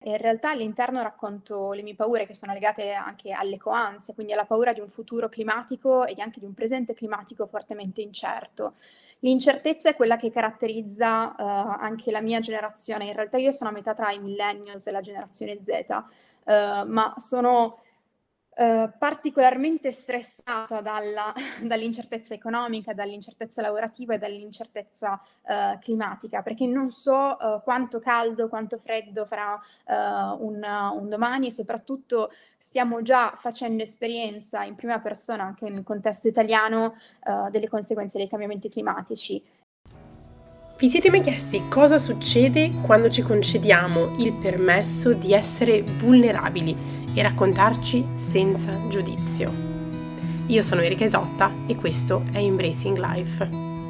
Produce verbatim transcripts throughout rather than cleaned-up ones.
e in realtà all'interno racconto le mie paure che sono legate anche all'ecoansia, quindi alla paura di un futuro climatico e di anche di un presente climatico fortemente incerto. L'incertezza è quella che caratterizza, uhm, anche la mia generazione. In realtà io sono a metà tra i millennials e la generazione Z, uhm, ma sono, uhm, particolarmente stressata dalla dall'incertezza economica, dall'incertezza lavorativa e dall'incertezza, uhm, climatica, perché non so, uhm, quanto caldo, quanto freddo farà, uhm, un un domani e soprattutto stiamo già facendo esperienza in prima persona, anche nel contesto italiano, uhm, delle conseguenze dei cambiamenti climatici. Vi siete mai chiesti cosa succede quando ci concediamo il permesso di essere vulnerabili e raccontarci senza giudizio? Io sono Erika Isotta e questo è Embracing Life.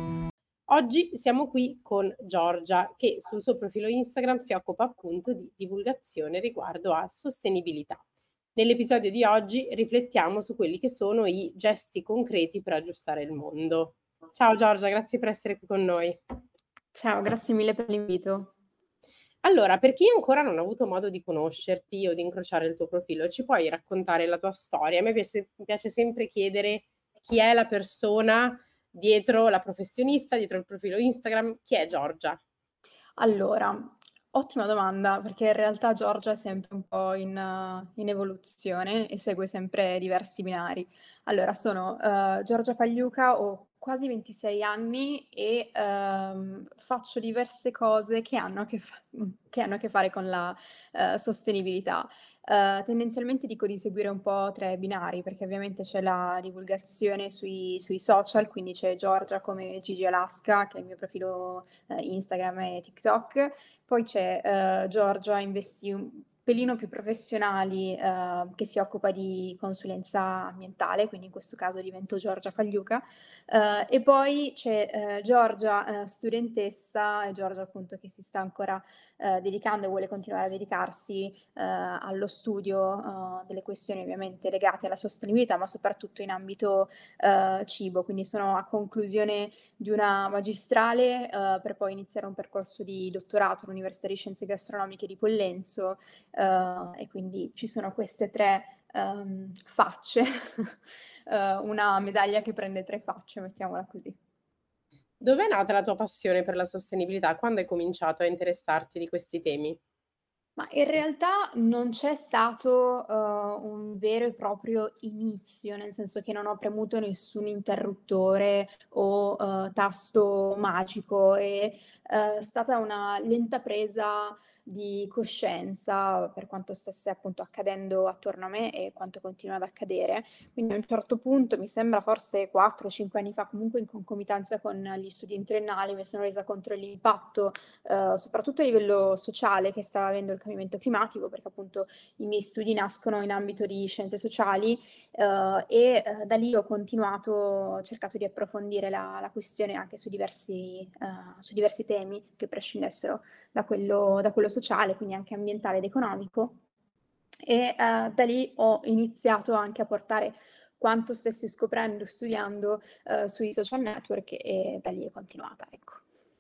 Oggi siamo qui con Giorgia che sul suo profilo Instagram si occupa appunto di divulgazione riguardo a sostenibilità. Nell'episodio di oggi riflettiamo su quelli che sono i gesti concreti per aggiustare il mondo. Ciao Giorgia, grazie per essere qui con noi. Ciao, grazie mille per l'invito. Allora, per chi ancora non ha avuto modo di conoscerti o di incrociare il tuo profilo, ci puoi raccontare la tua storia? A me piace, mi piace sempre chiedere chi è la persona dietro la professionista, dietro il profilo Instagram, chi è Giorgia? Allora, ottima domanda, perché in realtà Giorgia è sempre un po' in in evoluzione e segue sempre diversi binari. Allora sono, uhm, Giorgia Pagliuca, ho quasi ventisei anni e, uhm, faccio diverse cose che hanno a che fa mhmm, che hanno a che fare con la, uhm, sostenibilità. Uhm, tendenzialmente dico di seguire un po' tre binari, perché ovviamente c'è la divulgazione sui sui social, quindi c'è Giorgia come Gigi Alaska, che è il mio profilo ehm, Instagram e TikTok. Poi c'è, ehm, Giorgia Investi un pelino più professionali, ehm, che si occupa di consulenza ambientale, quindi in questo caso divento Giorgia Pagliuca. Ehm, e poi c'è, ehm, Giorgia, ehm, studentessa e Giorgia appunto che si sta ancora, ehm, dedicando e vuole continuare a dedicarsi, ehm, allo studio, uhm, delle questioni ovviamente legate alla sostenibilità, ma soprattutto in ambito, ehm, cibo. Quindi sono a conclusione di una magistrale, uhm, per poi iniziare un percorso di dottorato all'Università di Scienze Gastronomiche di Pollenzo, uhm, e quindi ci sono queste tre, uhm, facce, uhm, una medaglia che prende tre facce, mettiamola così. Dove è nata la tua passione per la sostenibilità? Quando hai cominciato a interessarti di questi temi? Ma in realtà non c'è stato, uhm, un vero e proprio inizio, nel senso che non ho premuto nessun interruttore o, uhm, tasto magico, e, uhm, è stata una lenta presa di coscienza per quanto stesse appunto accadendo attorno a me e quanto continua ad accadere. Quindi a un certo punto, mi sembra forse quattro o cinque anni fa, comunque in concomitanza con gli studi in triennale, mi sono resa conto dell'impatto, uhm, soprattutto a livello sociale, che stava avendo il cambiamento climatico, perché appunto i miei studi nascono in ambito di scienze sociali, uhm, e, uhm, da lì ho continuato ho cercato di approfondire la la questione anche su diversi uhm, su diversi temi che prescindessero da quello da quello sociale, quindi anche ambientale ed economico. E, uhm, da lì ho iniziato anche a portare quanto stessi scoprendo, studiando, uhm, sui social network, e da lì è continuata, ecco.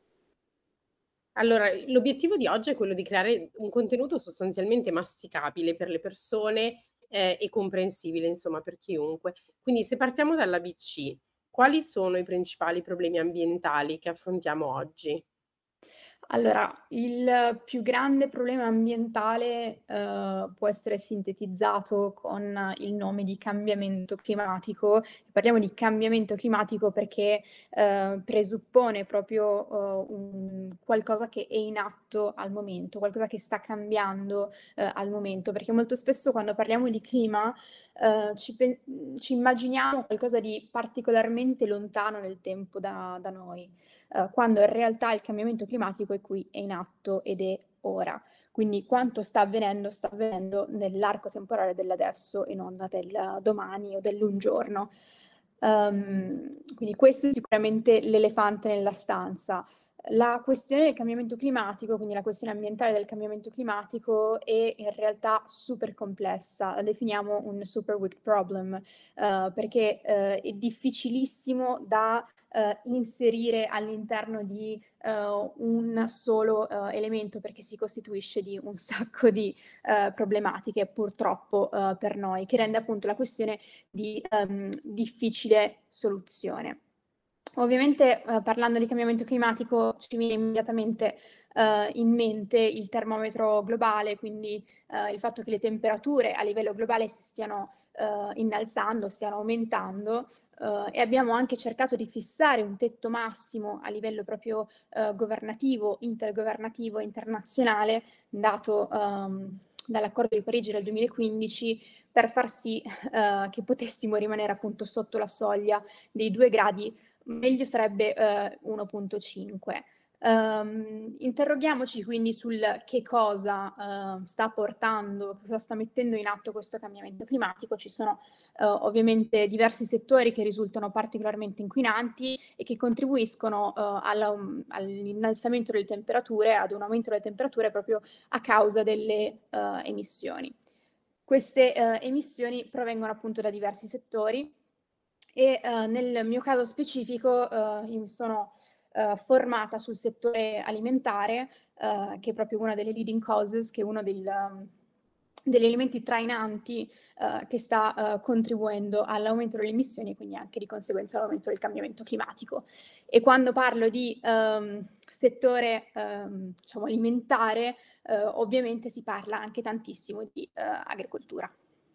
Allora, l'obiettivo di oggi è quello di creare un contenuto sostanzialmente masticabile per le persone, ehm, e comprensibile insomma per chiunque. Quindi se partiamo dall'A B C, quali sono i principali problemi ambientali che affrontiamo oggi? Allora, il più grande problema ambientale, uhm, può essere sintetizzato con il nome di cambiamento climatico. Parliamo di cambiamento climatico perché, uhm, presuppone proprio, uhm, un qualcosa che è in atto al momento, qualcosa che sta cambiando, uhm, al momento, perché molto spesso quando parliamo di clima, uhm, ci pen mhmm, ci immaginiamo qualcosa di particolarmente lontano nel tempo da da noi, uhm, quando in realtà il cambiamento climatico è qui, è in atto ed è ora. Quindi quanto sta avvenendo, sta avvenendo nell'arco temporale dell'adesso e non del domani o dell'un giorno. Uhm, quindi questo è sicuramente l'elefante nella stanza. La questione del cambiamento climatico, quindi la questione ambientale del cambiamento climatico, è in realtà super complessa. La definiamo un super weak problem, uhm, perché, uhm, è difficilissimo da, uhm, inserire all'interno di, uhm, un solo, uhm, elemento, perché si costituisce di un sacco di, uhm, problematiche purtroppo, uhm, per noi, che rende appunto la questione di, uhm, difficile soluzione. Ovviamente, uhm, parlando di cambiamento climatico ci viene immediatamente, uhm, in mente il termometro globale, quindi, uhm, il fatto che le temperature a livello globale si stiano, uhm, innalzando, stiano aumentando, uhm, e abbiamo anche cercato di fissare un tetto massimo a livello proprio, uhm, governativo, intergovernativo e internazionale, dato, uhm, dall'Accordo di Parigi del duemilaquindici, per far sì, uhm, che potessimo rimanere appunto sotto la soglia dei due gradi. Meglio sarebbe, uhm, uno virgola cinque. Uhm, interroghiamoci quindi sul che cosa, uhm, sta portando, cosa sta mettendo in atto questo cambiamento climatico. Ci sono, uhm, ovviamente diversi settori che risultano particolarmente inquinanti e che contribuiscono, uhm, alla um all'innalzamento delle temperature, ad un aumento delle temperature proprio a causa delle, uhm, emissioni. Queste, uhm, emissioni provengono appunto da diversi settori e, uhm, nel mio caso specifico, uhm, io mi sono, uhm, formata sul settore alimentare, uhm, che è proprio una delle leading causes, che è uno del um, degli elementi trainanti, uhm, che sta, uhm, contribuendo all'aumento delle emissioni e quindi anche di conseguenza all'aumento del cambiamento climatico. E quando parlo di, uhm, settore, uhm, diciamo alimentare, uhm, ovviamente si parla anche tantissimo di, uhm, agricoltura.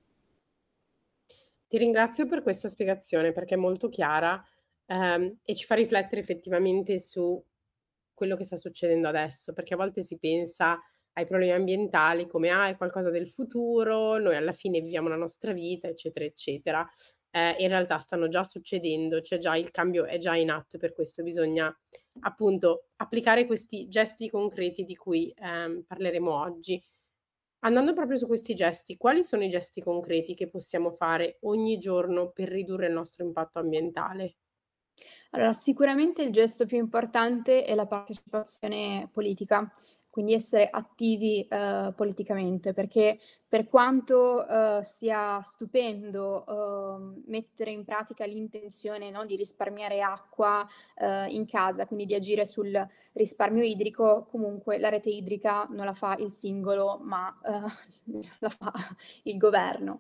Ti ringrazio per questa spiegazione perché è molto chiara, ehm, e ci fa riflettere effettivamente su quello che sta succedendo adesso, perché a volte si pensa ai problemi ambientali come: "Ah, è qualcosa del futuro, noi alla fine viviamo la nostra vita", eccetera, eccetera. Ehm, in realtà stanno già succedendo, c'è già il cambio è già in atto e per questo bisogna appunto applicare questi gesti concreti di cui, ehm, parleremo oggi. Andando proprio su questi gesti, quali sono i gesti concreti che possiamo fare ogni giorno per ridurre il nostro impatto ambientale? Allora, sicuramente il gesto più importante è la partecipazione politica, quindi essere attivi, uhm, politicamente, perché per quanto, uhm, sia stupendo, uhm, mettere in pratica l'intenzione, no, di risparmiare acqua, uhm, in casa, quindi di agire sul risparmio idrico, comunque la rete idrica non la fa il singolo, ma, uhm, la fa il governo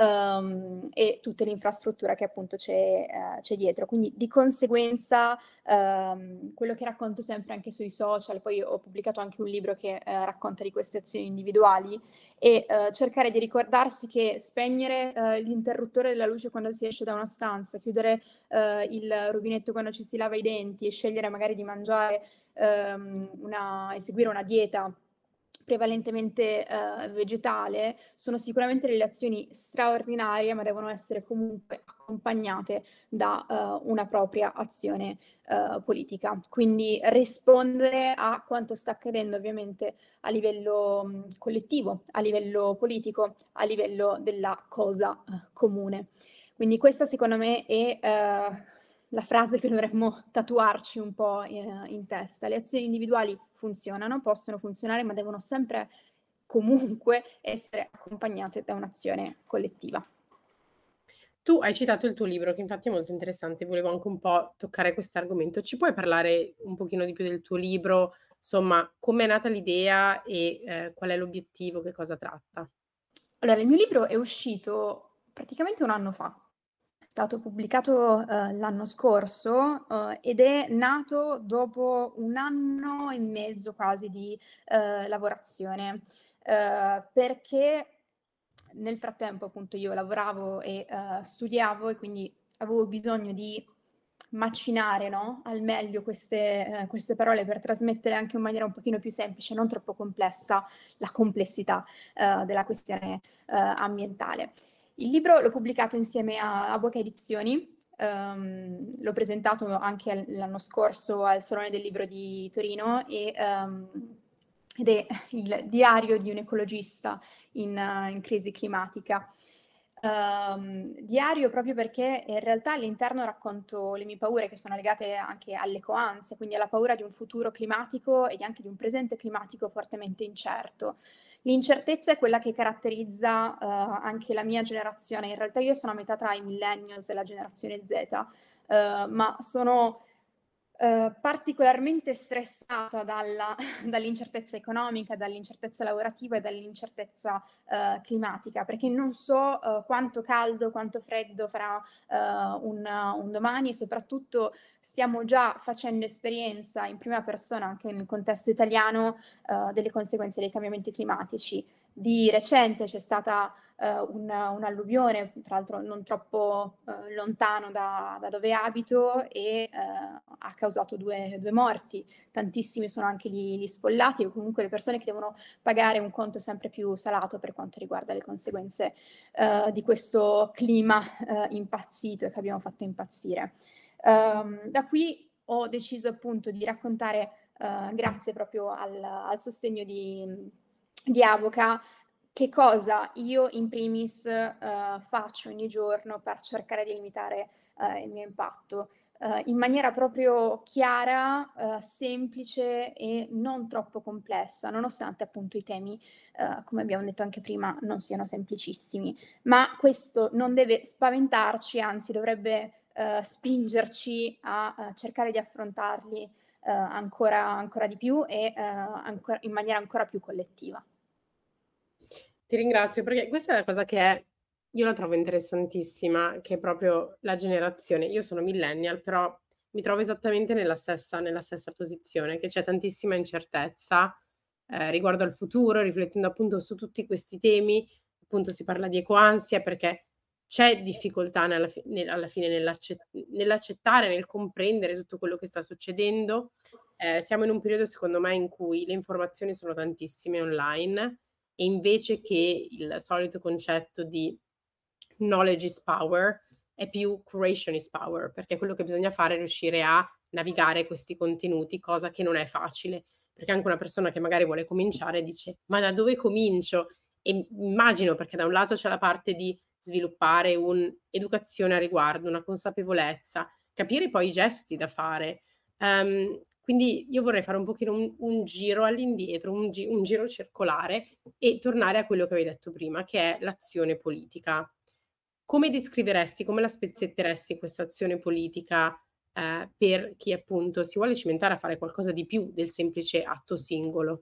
uhm, e tutte l'infrastruttura che appunto c'è ehm, c'è dietro. Quindi di conseguenza, uhm, quello che racconto sempre anche sui social, poi ho pubblicato anche un libro che, ehm, racconta di queste azioni individuali, e, uhm, cercare di ricordarsi che spegnere, uhm, l'interruttore della luce quando si esce da una stanza, chiudere, uhm, il rubinetto quando ci si lava i denti e scegliere magari di mangiare, uhm, una eseguire una dieta prevalentemente, uhm, vegetale, sono sicuramente delle azioni straordinarie, ma devono essere comunque accompagnate da, uhm, una propria azione, uhm, politica. Quindi rispondere a quanto sta accadendo ovviamente a livello, mhmm, collettivo, a livello politico, a livello della cosa, uhm, comune. Quindi questa secondo me è, uhm, la frase che dovremmo tatuarci un po' in in testa. Le azioni individuali funzionano, possono funzionare, ma devono sempre comunque essere accompagnate da un'azione collettiva. Tu hai citato il tuo libro, che infatti è molto interessante, volevo anche un po' toccare quest'argomento. Ci puoi parlare un pochino di più del tuo libro? Somma, com'è nata l'idea e, ehm, qual è l'obiettivo, che cosa tratta? Allora, il mio libro è uscito praticamente un anno fa. È stato pubblicato, uhm, l'anno scorso, uhm, ed è nato dopo un anno e mezzo quasi di, uhm, lavorazione, uhm, perché nel frattempo appunto io lavoravo e, uhm, studiavo e quindi avevo bisogno di macinare, no, al meglio queste ehm, queste parole per trasmettere anche in maniera un pochino più semplice, non troppo complessa, la complessità, uhm, della questione, uhm, ambientale. Il libro l'ho pubblicato insieme a a Boca Edizioni, uhm, l'ho presentato anche al l'anno scorso al Salone del Libro di Torino e, uhm, ed è il diario di un ecologista in in crisi climatica. Uhm, diario proprio perché in realtà all'interno racconto le mie paure che sono legate anche all'ecoansia, quindi alla paura di un futuro climatico e di anche di un presente climatico fortemente incerto. L'incertezza è quella che caratterizza, uhm, anche la mia generazione. In realtà io sono a metà tra i millennials e la generazione Z, uhm, ma sono Uhm, particolarmente stressata dalla dall'incertezza economica, dall'incertezza lavorativa e dall'incertezza, uhm, climatica, perché non so, uhm, quanto caldo, quanto freddo farà, uhm, un un domani e soprattutto stiamo già facendo esperienza in prima persona, anche nel contesto italiano, uhm, delle conseguenze dei cambiamenti climatici. Di recente c'è stata, uhm, un un'alluvione, tra l'altro non troppo, uhm, lontano da da dove abito e, uhm, ha causato due due morti. Tantissimi sono anche gli gli sfollati o comunque le persone che devono pagare un conto sempre più salato per quanto riguarda le conseguenze, uhm, di questo clima, uhm, impazzito e che abbiamo fatto impazzire. Uhm, da qui ho deciso appunto di raccontare, uhm, grazie proprio al al sostegno di mhmm, di Avoca, che cosa io in primis, uhm, faccio ogni giorno per cercare di limitare, uhm, il mio impatto, uhm, in maniera proprio chiara, uhm, semplice e non troppo complessa, nonostante appunto i temi, uhm, come abbiamo detto anche prima, non siano semplicissimi. Ma questo non deve spaventarci, anzi dovrebbe, uhm, spingerci a, uhm, cercare di affrontarli, uhm, ancora ancora di più e, uhm, anco in maniera ancora più collettiva. Ti ringrazio perché questa è la cosa che è io la trovo interessantissima, che è proprio la generazione io sono millennial, però mi trovo esattamente nella stessa nella stessa posizione, che c'è tantissima incertezza, ehm, riguardo al futuro, riflettendo appunto su tutti questi temi, appunto si parla di ecoansia perché c'è difficoltà nella fi ne alla fine nell'accet nell'accettare, nel comprendere tutto quello che sta succedendo. Ehm, siamo in un periodo secondo me in cui le informazioni sono tantissime online e invece che il solito concetto di knowledge is power, è più curation is power, perché quello che bisogna fare è riuscire a navigare questi contenuti, cosa che non è facile, perché anche una persona che magari vuole cominciare dice: "Ma da dove comincio?" E immagino, perché da un lato c'è la parte di sviluppare un'educazione a riguardo, una consapevolezza, capire poi i gesti da fare. Ehm, quindi io vorrei fare un pochino un un giro all'indietro, un gi un giro circolare e tornare a quello che avevi detto prima, che è l'azione politica. Come descriveresti, come la spezzetteresti questa azione politica, ehm, per chi appunto si vuole cimentare a fare qualcosa di più del semplice atto singolo?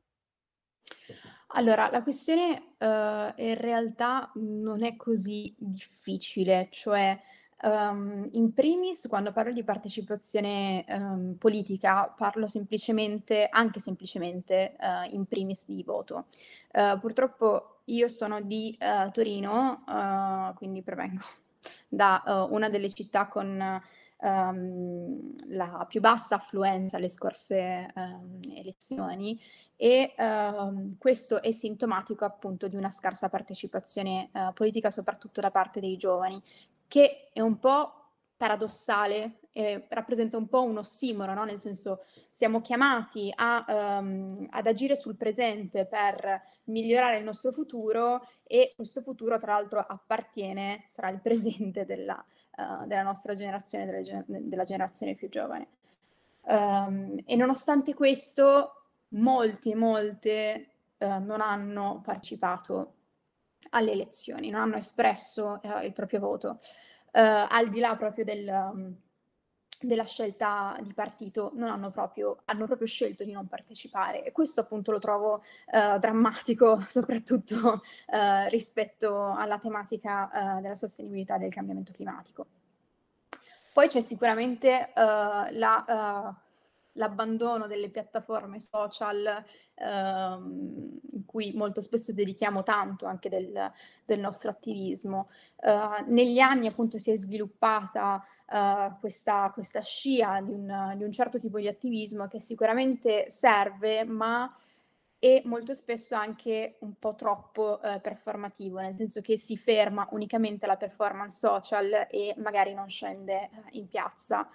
Allora, la questione, uhm, in realtà non è così difficile, cioè, uhm, in primis quando parlo di partecipazione, uhm, politica parlo semplicemente anche semplicemente, uhm, in primis di voto. Uhm, purtroppo io sono di, uhm, Torino, uhm, quindi provengo da, uhm, una delle città con, uhm, la più bassa affluenza alle scorse, uhm, elezioni e, uhm, questo è sintomatico appunto di una scarsa partecipazione, uhm, politica, soprattutto da parte dei giovani, che è un po' paradossale e rappresenta un po' un ossimoro, no, nel senso siamo chiamati a uhm, ad agire sul presente per migliorare il nostro futuro e questo futuro tra l'altro appartiene sarà il presente della uhm, della nostra generazione, delle ge della generazione più giovane. Uhm, e nonostante questo molti, molte, uhm, non hanno partecipato alle elezioni, non hanno espresso, uhm, il proprio voto. Uhm, al di là proprio del mhmm, della scelta di partito, non hanno proprio hanno proprio scelto di non partecipare e questo appunto lo trovo, uhm, drammatico soprattutto, uhm, rispetto alla tematica, uhm, della sostenibilità del cambiamento climatico. Poi c'è sicuramente, uhm, la uhm, l'abbandono delle piattaforme social, uhm, in cui molto spesso dedichiamo tanto anche del del nostro attivismo. Uhm, negli anni appunto si è sviluppata, uhm, questa questa scia di un di un certo tipo di attivismo che sicuramente serve, ma è molto spesso anche un po' troppo, uhm, performativo, nel senso che si ferma unicamente alla performance social e magari non scende, uhm, in piazza.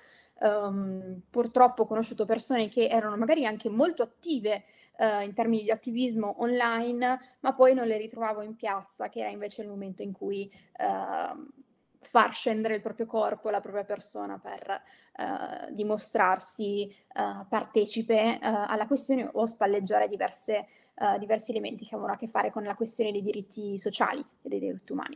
Uhm, purtroppo ho conosciuto persone che erano magari anche molto attive, uhm, in termini di attivismo online, ma poi non le ritrovavo in piazza, che era invece il momento in cui, uhm, far scendere il proprio corpo, la propria persona per, uhm, dimostrarsi, uhm, partecipe, uhm, alla questione o spalleggiare diverse uhm, diversi elementi che avevano a che fare con la questione dei diritti sociali e dei diritti umani.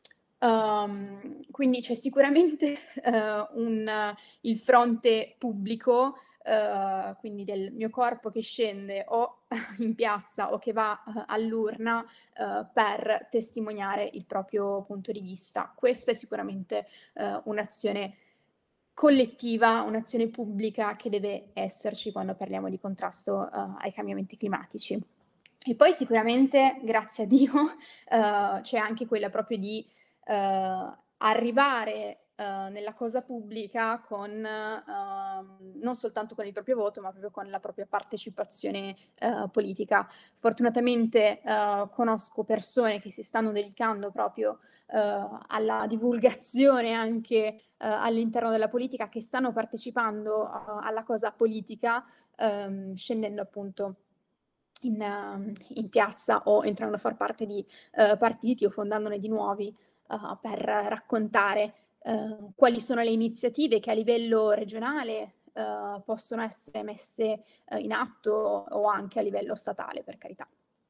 Uhm, quindi c'è sicuramente, uhm, un il fronte pubblico, uhm, quindi del mio corpo che scende o in piazza o che va, uhm, all'urna, uhm, per testimoniare il proprio punto di vista. Questa è sicuramente, uhm, un'azione collettiva, un'azione pubblica che deve esserci quando parliamo di contrasto, uhm, ai cambiamenti climatici. E poi sicuramente, grazie a Dio, uhm, c'è anche quella proprio di, uhm, arrivare, uhm, nella cosa pubblica con uhm, non soltanto con il proprio voto, ma proprio con la propria partecipazione, uhm, politica. Fortunatamente, uhm, conosco persone che si stanno dedicando proprio, uhm, alla divulgazione anche, uhm, all'interno della politica, che stanno partecipando, uhm, alla cosa politica, uhm, scendendo appunto in mhmm, in piazza o entrando a far parte di, uhm, partiti o fondandone di nuovi, uhm, per raccontare, uhm, quali sono le iniziative che a livello regionale, uhm, possono essere messe, uhm, in atto o anche a livello statale, per carità.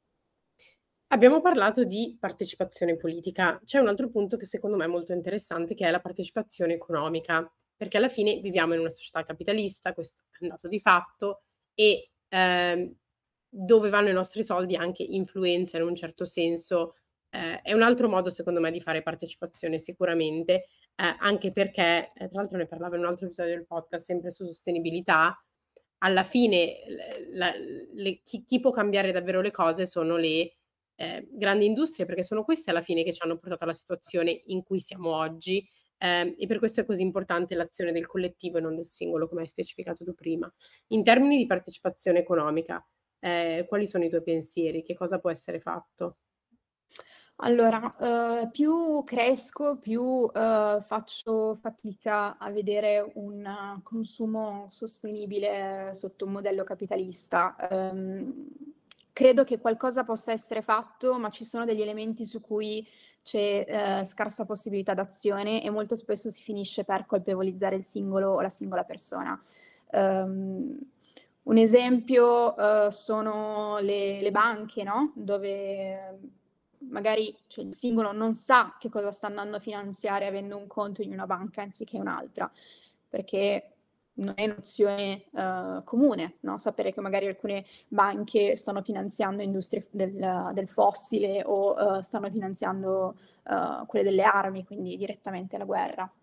Abbiamo parlato di partecipazione politica. C'è un altro punto che secondo me è molto interessante, che è la partecipazione economica, perché alla fine viviamo in una società capitalista, questo è un dato di fatto, e ehm, dove vanno i nostri soldi anche influenza in un certo senso. Eh, è un altro modo, secondo me, di fare partecipazione sicuramente, eh, anche perché, eh, tra l'altro ne parlavo in un altro episodio del podcast, sempre su sostenibilità, alla fine l- la- le- chi, chi può cambiare davvero le cose sono le ehm, grandi industrie, perché sono queste alla fine che ci hanno portato alla situazione in cui siamo oggi, ehm, e per questo è così importante l'azione del collettivo e non del singolo, come hai specificato tu prima. In termini di partecipazione economica, ehm, quali sono i tuoi pensieri? Che cosa può essere fatto? Allora, uhm, più cresco, più, uhm, faccio fatica a vedere un consumo sostenibile sotto un modello capitalista. Uhm, credo che qualcosa possa essere fatto, ma ci sono degli elementi su cui c'è, ehm, scarsa possibilità d'azione e molto spesso si finisce per colpevolizzare il singolo o la singola persona. Uhm, un esempio, uhm, sono le le banche, no, dove magari, cioè, il singolo non sa che cosa sta andando a finanziare avendo un conto in una banca anziché un'altra, perché non è nozione, uhm, comune, no, sapere che magari alcune banche stanno finanziando industrie f del del fossile o, uhm, stanno finanziando, uhm, quelle delle armi, quindi direttamente la guerra.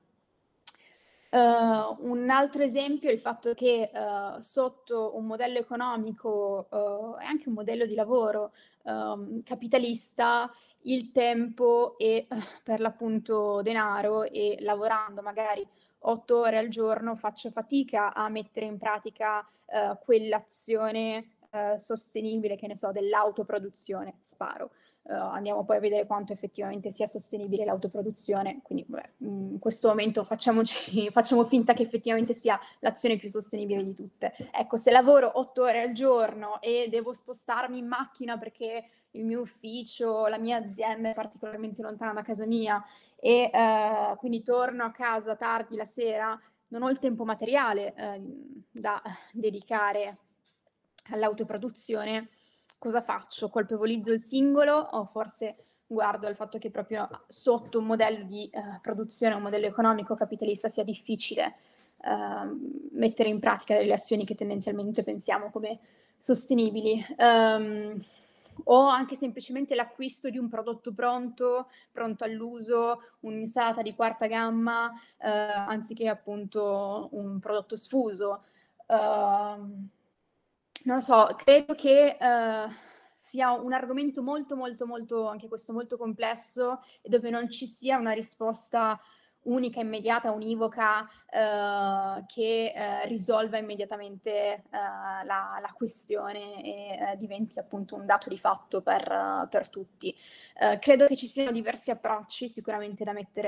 Uhm, un altro esempio è il fatto che, uhm, sotto un modello economico, uhm, e anche un modello di lavoro, uhm, capitalista, il tempo è, uhm, per l'appunto denaro e lavorando magari otto ore al giorno faccio fatica a mettere in pratica, uhm, quell'azione, uhm, sostenibile, che ne so, dell'autoproduzione, sparo. Uhm, andiamo poi a vedere quanto effettivamente sia sostenibile l'autoproduzione, quindi vabbè, mhmm, in questo momento facciamoci facciamo finta che effettivamente sia l'azione più sostenibile di tutte. Ecco, se lavoro otto ore al giorno e devo spostarmi in macchina perché il mio ufficio, la mia azienda è particolarmente lontana da casa mia e, ehm, quindi torno a casa tardi la sera, non ho il tempo materiale, ehm, da dedicare all'autoproduzione, cosa faccio? Colpevolizzo il singolo o forse guardo al fatto che proprio sotto un modello di, ehm, produzione, un modello economico capitalista sia difficile, ehm, mettere in pratica delle azioni che tendenzialmente pensiamo come sostenibili. Ehm, o anche semplicemente l'acquisto di un prodotto pronto, pronto all'uso, un'insalata di quarta gamma, ehm, anziché appunto un prodotto sfuso. Uhm, non lo so, credo che, uhm, sia un argomento molto, molto, molto anche questo molto complesso e dove non ci sia una risposta unica, immediata, univoca, uhm, che, ehm, risolva immediatamente, uhm, la la questione e, ehm, diventi appunto un dato di fatto per per tutti. Uhm, credo che ci siano diversi approcci sicuramente da mettere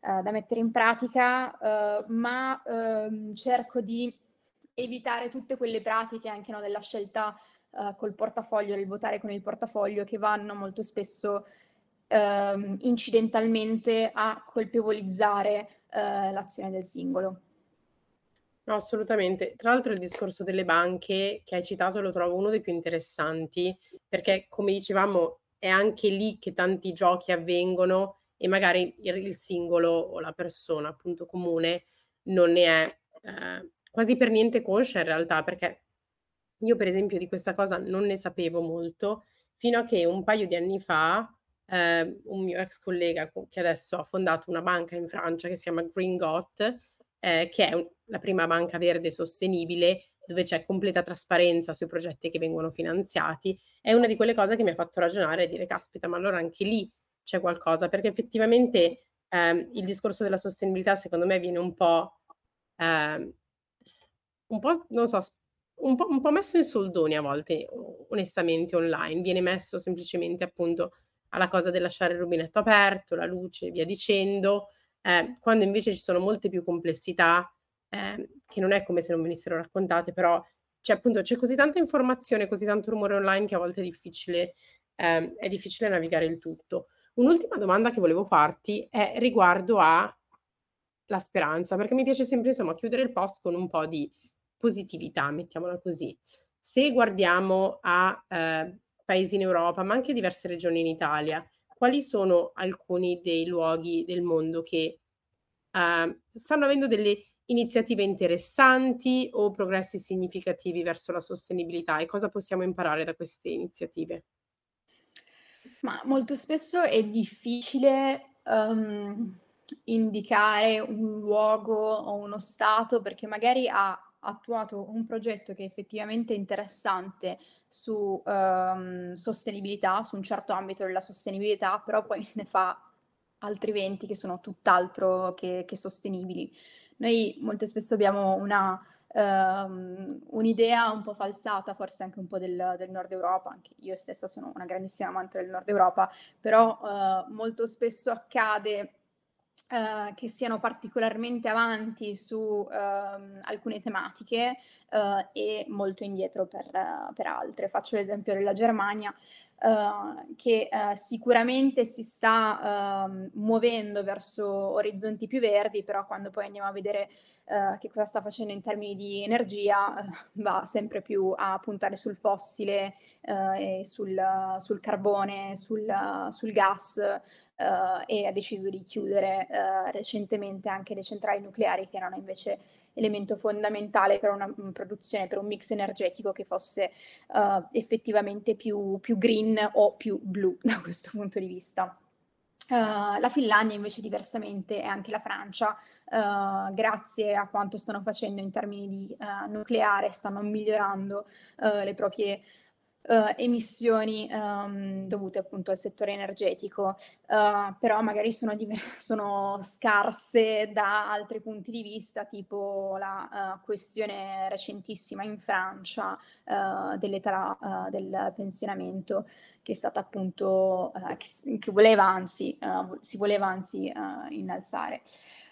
ehm, da mettere in pratica, uhm, ma, uhm, cerco di evitare tutte quelle pratiche anche, no, della scelta, uhm, col portafoglio, del votare con il portafoglio, che vanno molto spesso, uhm, incidentalmente a colpevolizzare, uhm, l'azione del singolo. No, assolutamente. Tra l'altro il discorso delle banche che hai citato lo trovo uno dei più interessanti, perché come dicevamo è anche lì che tanti giochi avvengono e magari il il singolo o la persona appunto comune non ne è, ehm, quasi per niente conscia in realtà, perché io per esempio di questa cosa non ne sapevo molto, fino a che un paio di anni fa, ehm, un mio ex collega co che adesso ha fondato una banca in Francia che si chiama Greengot, ehm, che è un la prima banca verde sostenibile, dove c'è completa trasparenza sui progetti che vengono finanziati, è una di quelle cose che mi ha fatto ragionare e dire: "Caspita, ma allora anche lì c'è qualcosa", perché effettivamente, ehm, il discorso della sostenibilità secondo me viene un po', ehm un po', non so, s un po' un po' messo in soldoni a volte, o onestamente online. Viene messo semplicemente appunto alla cosa del lasciare il rubinetto aperto, la luce e via dicendo, ehm, quando invece ci sono molte più complessità, ehm, che non è come se non venissero raccontate, però c'è appunto c'è così tanta informazione, così tanto rumore online che a volte è difficile ehm, è difficile navigare il tutto. Un'ultima domanda che volevo farti è riguardo a la speranza, perché mi piace sempre, insomma, chiudere il post con un po' di positività, mettiamola così. Se guardiamo a, ehm, paesi in Europa, ma anche diverse regioni in Italia, quali sono alcuni dei luoghi del mondo che, ehm, stanno avendo delle iniziative interessanti o progressi significativi verso la sostenibilità e cosa possiamo imparare da queste iniziative? Ma molto spesso è difficile, uhm, indicare un luogo o uno stato perché magari ha attuato un progetto che è effettivamente interessante su, uhm, sostenibilità, su un certo ambito della sostenibilità, però poi ne fa altri venti che sono tutt'altro che che sostenibili. Noi molto spesso abbiamo una ehm, un'idea un po' falsata, forse anche un po' del del Nord Europa, anche io stessa sono una grandissima amante del Nord Europa, però, uhm, molto spesso accade, ehm, che siano particolarmente avanti su, uhm, alcune tematiche, uhm, e molto indietro per per altre. Faccio l'esempio della Germania, uhm, che, ehm, sicuramente si sta, uhm, muovendo verso orizzonti più verdi, però quando poi andiamo a vedere, uhm, che cosa sta facendo in termini di energia, uhm, va sempre più a puntare sul fossile, uhm, e sul sul carbone, sul sul gas, uhm, e ha deciso di chiudere, uhm, recentemente anche le centrali nucleari, che erano invece elemento fondamentale per una, mhmm, produzione, per un mix energetico che fosse, uhm, effettivamente più più green o più blu da questo punto di vista. Uhm, la Finlandia invece diversamente e anche la Francia, uhm, grazie a quanto stanno facendo in termini di, uhm, nucleare, stanno migliorando, uhm, le proprie, uhm, emissioni, uhm, dovute appunto al settore energetico, uhm, però magari sono dive sono scarse da altri punti di vista, tipo la, uhm, questione recentissima in Francia, uhm, dell'età, uhm, del pensionamento che è stata appunto, ehm, che s che voleva anzi ehm, si voleva anzi, uhm, innalzare.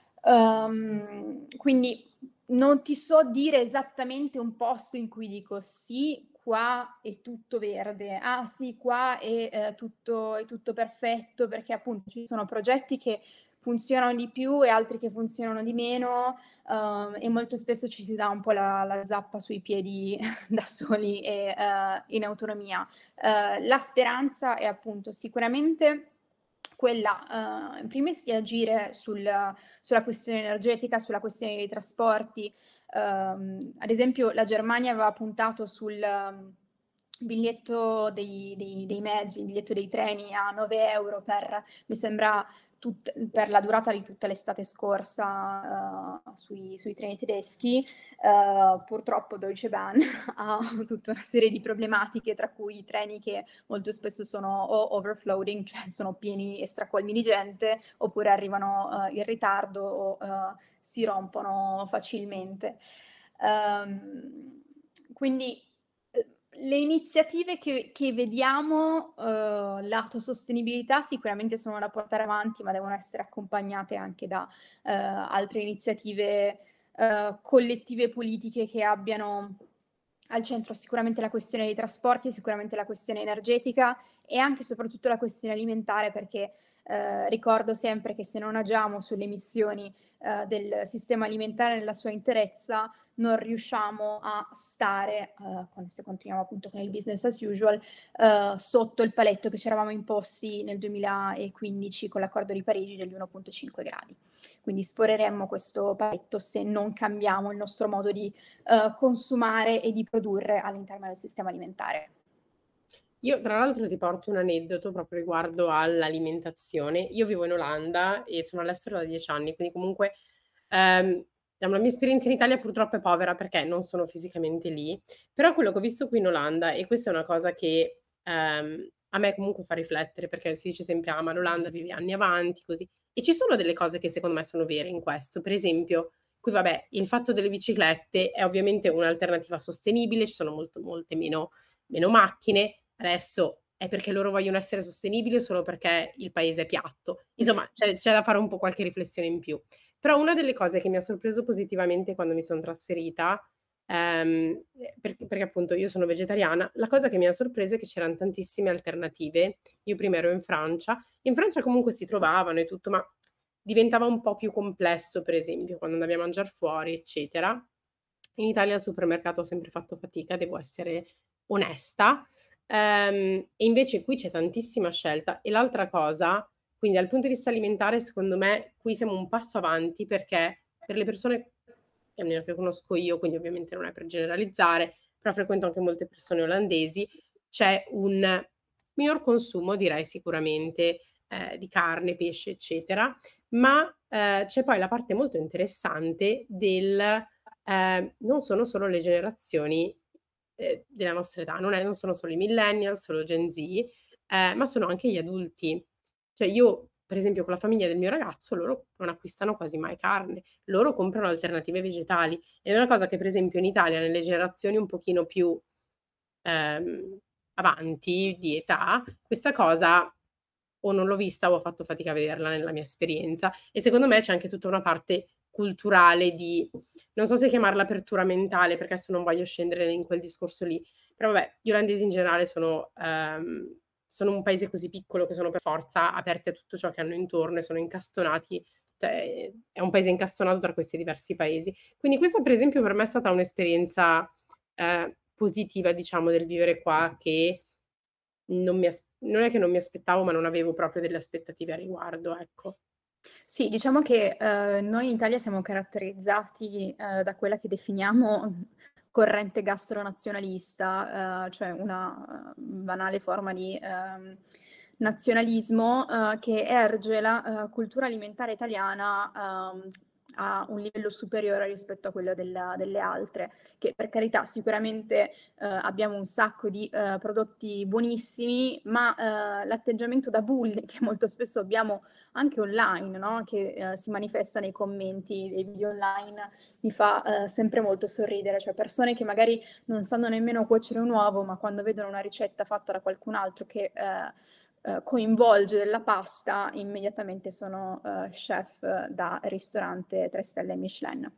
Uhm, quindi non ti so dire esattamente un posto in cui dico: "Sì, qua è tutto verde. Ah sì, qua è, ehm, tutto è tutto perfetto", perché appunto ci sono progetti che funzionano di più e altri che funzionano di meno, uhm, e molto spesso ci si dà un po' la la zappa sui piedi da soli e, ehm, in autonomia. Ehm, la speranza è appunto sicuramente quella, uhm, in primis di agire sul sulla questione energetica, sulla questione dei trasporti. Uhm, ad esempio la Germania aveva puntato sul mhmm, biglietto dei dei dei mezzi, il biglietto dei treni a nove euro € per mi sembra tut per la durata di tutta l'estate scorsa, uhm, sui sui treni tedeschi. Uhm, purtroppo Deutsche Bahn ha tutta una serie di problematiche, tra cui i treni che molto spesso sono o overfloading, cioè sono pieni e stracolmi di gente, oppure arrivano, uhm, in ritardo o, uhm, si rompono facilmente. Uhm, quindi, uhm, le iniziative che che vediamo, uhm, lato sostenibilità sicuramente sono da portare avanti, ma devono essere accompagnate anche da, uhm, altre iniziative, uhm, collettive politiche che abbiano al centro sicuramente la questione dei trasporti, sicuramente la questione energetica e anche e soprattutto la questione alimentare perché, uhm, ricordo sempre che se non agiamo sulle emissioni, uhm, del sistema alimentare nella sua interezza, non riusciamo a stare, uhm, con se continuiamo appunto con il business as usual, uhm, sotto il paletto che ci eravamo imposti nel duemilaquindici con l'accordo di Parigi degli uno virgola cinque gradi. Quindi sforeremmo questo paletto se non cambiamo il nostro modo di, uhm, consumare e di produrre all'interno del sistema alimentare. Io tra l'altro ti porto un aneddoto proprio riguardo all'alimentazione. Io vivo in Olanda e sono all'estero da dieci anni, quindi comunque, ehm, diciamo la mia esperienza in Italia purtroppo è povera perché non sono fisicamente lì, però quello che ho visto qui in Olanda, e questa è una cosa che, ehm, a me comunque fa riflettere, perché si dice sempre: "Ah, ma l'Olanda vive anni avanti", così. E ci sono delle cose che secondo me sono vere in questo. Per esempio, qui vabbè, il fatto delle biciclette è ovviamente un'alternativa sostenibile, ci sono molto molte meno meno macchine. Adesso è perché loro vogliono essere sostenibili o solo perché il paese è piatto? Insomma, c'è c'è da fare un po' qualche riflessione in più. Però una delle cose che mi ha sorpreso positivamente quando mi son trasferita, ehm, ehm, perché perché appunto io sono vegetariana, la cosa che mi ha sorpreso è che c'eran tantissime alternative. Io prima ero in Francia, in Francia comunque si trovavano e tutto, ma diventava un po' più complesso, per esempio, quando andavi a mangiar fuori, eccetera. In Italia al supermercato ho sempre fatto fatica, devo essere onesta. Ehm, e invece qui c'è tantissima scelta. E l'altra cosa, quindi dal punto di vista alimentare, secondo me qui siamo un passo avanti perché per le persone, almeno che conosco io, quindi ovviamente non è per generalizzare, però frequento anche molte persone olandesi, c'è un minor consumo, direi sicuramente, ehm, di carne, pesce, eccetera, ma, ehm, c'è poi la parte molto interessante del, ehm, non sono solo le generazioni, ehm, della nostra età, non è non sono solo i millennials, solo Gen Z, ehm, ma sono anche gli adulti. Cioè io, per esempio con la famiglia del mio ragazzo, loro non acquistano quasi mai carne, loro comprano alternative vegetali. Ed è una cosa che per esempio in Italia, nelle generazioni un pochino più, ehm, avanti di età, questa cosa o non l'ho vista o ho fatto fatica a vederla nella mia esperienza. E secondo me c'è anche tutta una parte culturale di, non so se chiamarla apertura mentale, perché adesso non voglio scendere in quel discorso lì, però vabbè, gli olandesi in generale sono ehm, sono un paese così piccolo che sono per forza aperti a tutto ciò che hanno intorno e sono incastonati, cioè è un paese incastonato tra questi diversi paesi. Quindi questa per esempio per me è stata un'esperienza, ehm, positiva diciamo del vivere qua, che non mi as non è che non mi aspettavo, ma non avevo proprio delle aspettative a riguardo, ecco. Sì, diciamo che, ehm, noi in Italia siamo caratterizzati, ehm, da quella che definiamo, mhmm, corrente gastronazionalista, ehm, cioè una, uhm, banale forma di, ehm, nazionalismo, uhm, che erge la, uhm, cultura alimentare italiana, uhm, a un livello superiore rispetto a quello della delle altre, che per carità sicuramente, uhm, abbiamo un sacco di, uhm, prodotti buonissimi, ma, uhm, l'atteggiamento da bulli che molto spesso abbiamo anche online, no, che, ehm, si manifesta nei commenti dei video online, mi fa, ehm, sempre molto sorridere. Cioè persone che magari non sanno nemmeno cuocere un uovo, ma quando vedono una ricetta fatta da qualcun altro che, ehm, ehm, coinvolge della pasta, immediatamente sono, ehm, chef da ristorante tre stelle Michelin.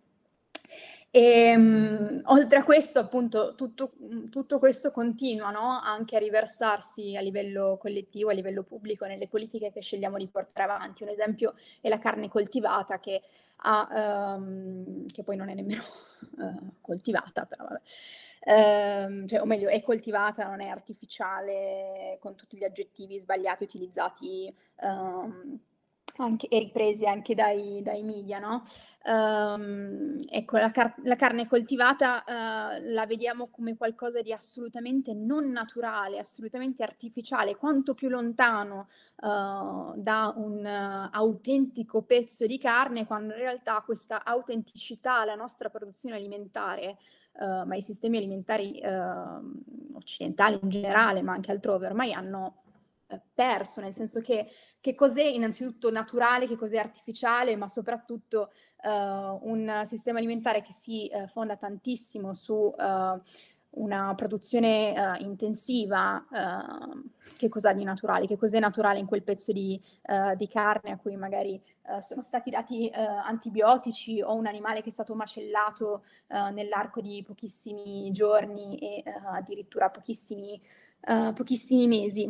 Ehm, oltre a questo appunto tutto mhmm, tutto questo continua, no, anche a riversarsi a livello collettivo, a livello pubblico, nelle politiche che scegliamo di portare avanti. Un esempio è la carne coltivata che ha uhm, che poi non è nemmeno, uhm, coltivata, però vabbè. Ehm, cioè o meglio è coltivata, non è artificiale, con tutti gli aggettivi sbagliati utilizzati, uhm, anche e ripresi anche dai dai media, no, uhm, ecco la car la carne coltivata, uhm, la vediamo come qualcosa di assolutamente non naturale, assolutamente artificiale, quanto più lontano, uhm, da un autentico pezzo di carne, quando in realtà questa autenticità, la nostra produzione alimentare, uhm, ma i sistemi alimentari, uhm, occidentali in generale, ma anche altrove ormai hanno, ehm, perso, nel senso che che cos'è innanzitutto naturale, che cos'è artificiale, ma soprattutto, uhm, un sistema alimentare che si, ehm, fonda tantissimo su, uhm, una produzione uh, intensiva, uh, che cos'ha di naturale? Che cos'è naturale in quel pezzo di, uh, di carne a cui magari uh, sono stati dati uh, antibiotici, o un animale che è stato macellato uh, nell'arco di pochissimi giorni e uh, addirittura pochissimi, uh, pochissimi mesi.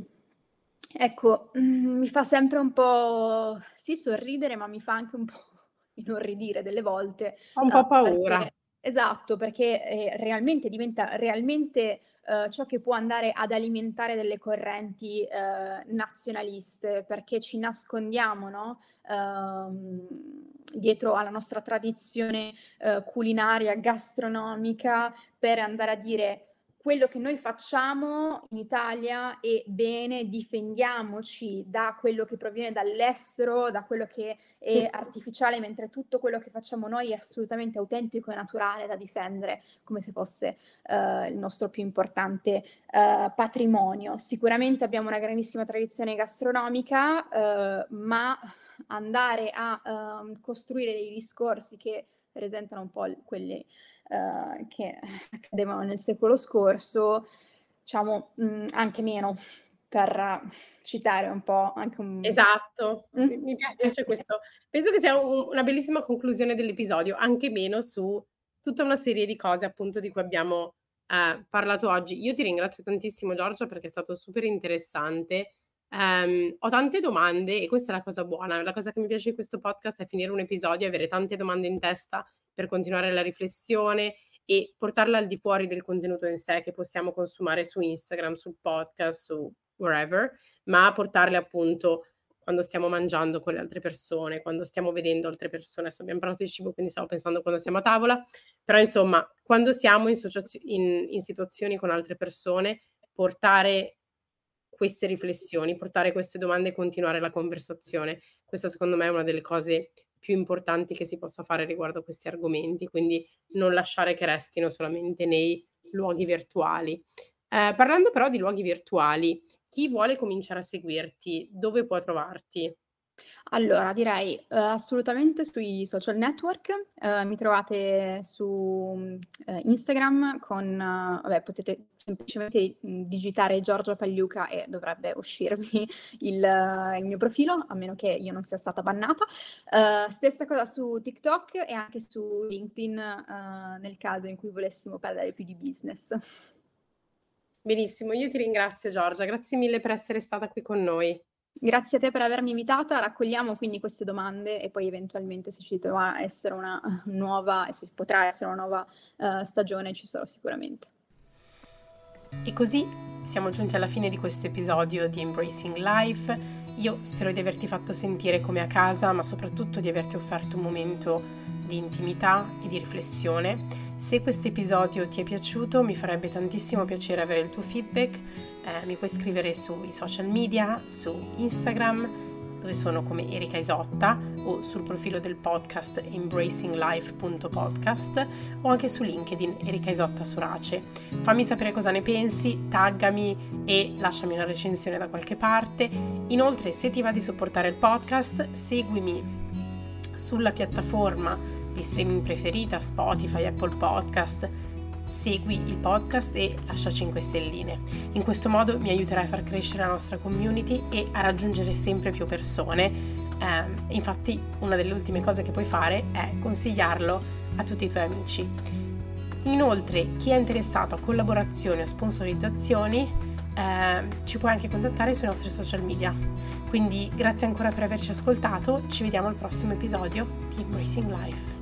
Ecco, mhmm, mi fa sempre un po' sì sorridere, ma mi fa anche un po' inorridire delle volte, Fa un uhm, po' paura. perché esatto, perché, ehm, realmente diventa realmente, uhm, ciò che può andare ad alimentare delle correnti, uhm, nazionaliste, perché ci nascondiamo, no, uhm, dietro alla nostra tradizione, uhm, culinaria, gastronomica, per andare a dire: quello che noi facciamo in Italia è bene, difendiamoci da quello che proviene dall'estero, da quello che è artificiale, mentre tutto quello che facciamo noi è assolutamente autentico e naturale da difendere, come se fosse uh, il nostro più importante uh, patrimonio. Sicuramente abbiamo una grandissima tradizione gastronomica, uh, ma andare a uh, costruire dei discorsi che presentano un po' l- quelli uh, che accadevano nel secolo scorso, diciamo, mhmm, anche meno, per citare un po' anche un Esatto, mh? mi mi piace questo. Penso che sia u una bellissima conclusione dell'episodio, anche meno su tutta una serie di cose appunto di cui abbiamo, ehm, parlato oggi. Io ti ringrazio tantissimo Giorgia perché è stato super interessante. Ehm, ho tante domande e questa è la cosa buona. La cosa che mi piace di questo podcast è finire un episodio e avere tante domande in testa per continuare la riflessione e portarla al di fuori del contenuto in sé che possiamo consumare su Instagram, sul podcast, su wherever, ma portarle appunto quando stiamo mangiando con le altre persone, quando stiamo vedendo altre persone. Adesso abbiamo parlato di cibo, quindi stavo pensando quando siamo a tavola, però insomma, quando siamo in, sociazio- in, in situazioni con altre persone, portare queste riflessioni, portare queste domande e continuare la conversazione. Questa secondo me è una delle cose più importanti che si possa fare riguardo a questi argomenti, quindi non lasciare che restino solamente nei luoghi virtuali. Eh, parlando però di luoghi virtuali, chi vuole cominciare a seguirti, dove può trovarti? Allora direi, uhm, assolutamente sui social network, uhm, mi trovate su, mhmm, ehm, Instagram con uh, vabbè potete semplicemente, mhmm, digitare Giorgia Pagliuca e dovrebbe uscirvi il uh, il mio profilo, a meno che io non sia stata bannata. Uhm, stessa cosa su TikTok e anche su LinkedIn, uhm, nel caso in cui volessimo parlare più di business. Benissimo, io ti ringrazio Giorgia, grazie mille per essere stata qui con noi. Grazie a te per avermi invitata, raccogliamo quindi queste domande e poi eventualmente se ci dovrà essere una uh, nuova e se potrà essere una nuova, uhm, stagione ci sarò sicuramente. E così siamo giunti alla fine di questo episodio di Embracing Life. Io spero di averti fatto sentire come a casa, ma soprattutto di averti offerto un momento di intimità e di riflessione. Se questo episodio ti è piaciuto, mi farebbe tantissimo piacere avere il tuo feedback. Eh, mi puoi scrivere sui social media, su Instagram, dove sono come Erika Isotta, o sul profilo del podcast embracing life punto podcast, o anche su LinkedIn Erika Isotta Surace. Fammi sapere cosa ne pensi, taggami e lasciami una recensione da qualche parte. Inoltre, se ti va di supportare il podcast, seguimi sulla piattaforma di streaming preferita, Spotify, Apple Podcast. Segui il podcast e lascia cinque stelline. In questo modo mi aiuterai a far crescere la nostra community e a raggiungere sempre più persone. Eh, infatti, una delle ultime cose che puoi fare è consigliarlo a tutti i tuoi amici. Inoltre, chi è interessato a collaborazioni o sponsorizzazioni, eh, ci puoi anche contattare sui nostri social media. Quindi, grazie ancora per averci ascoltato. Ci vediamo al prossimo episodio di Embracing Life.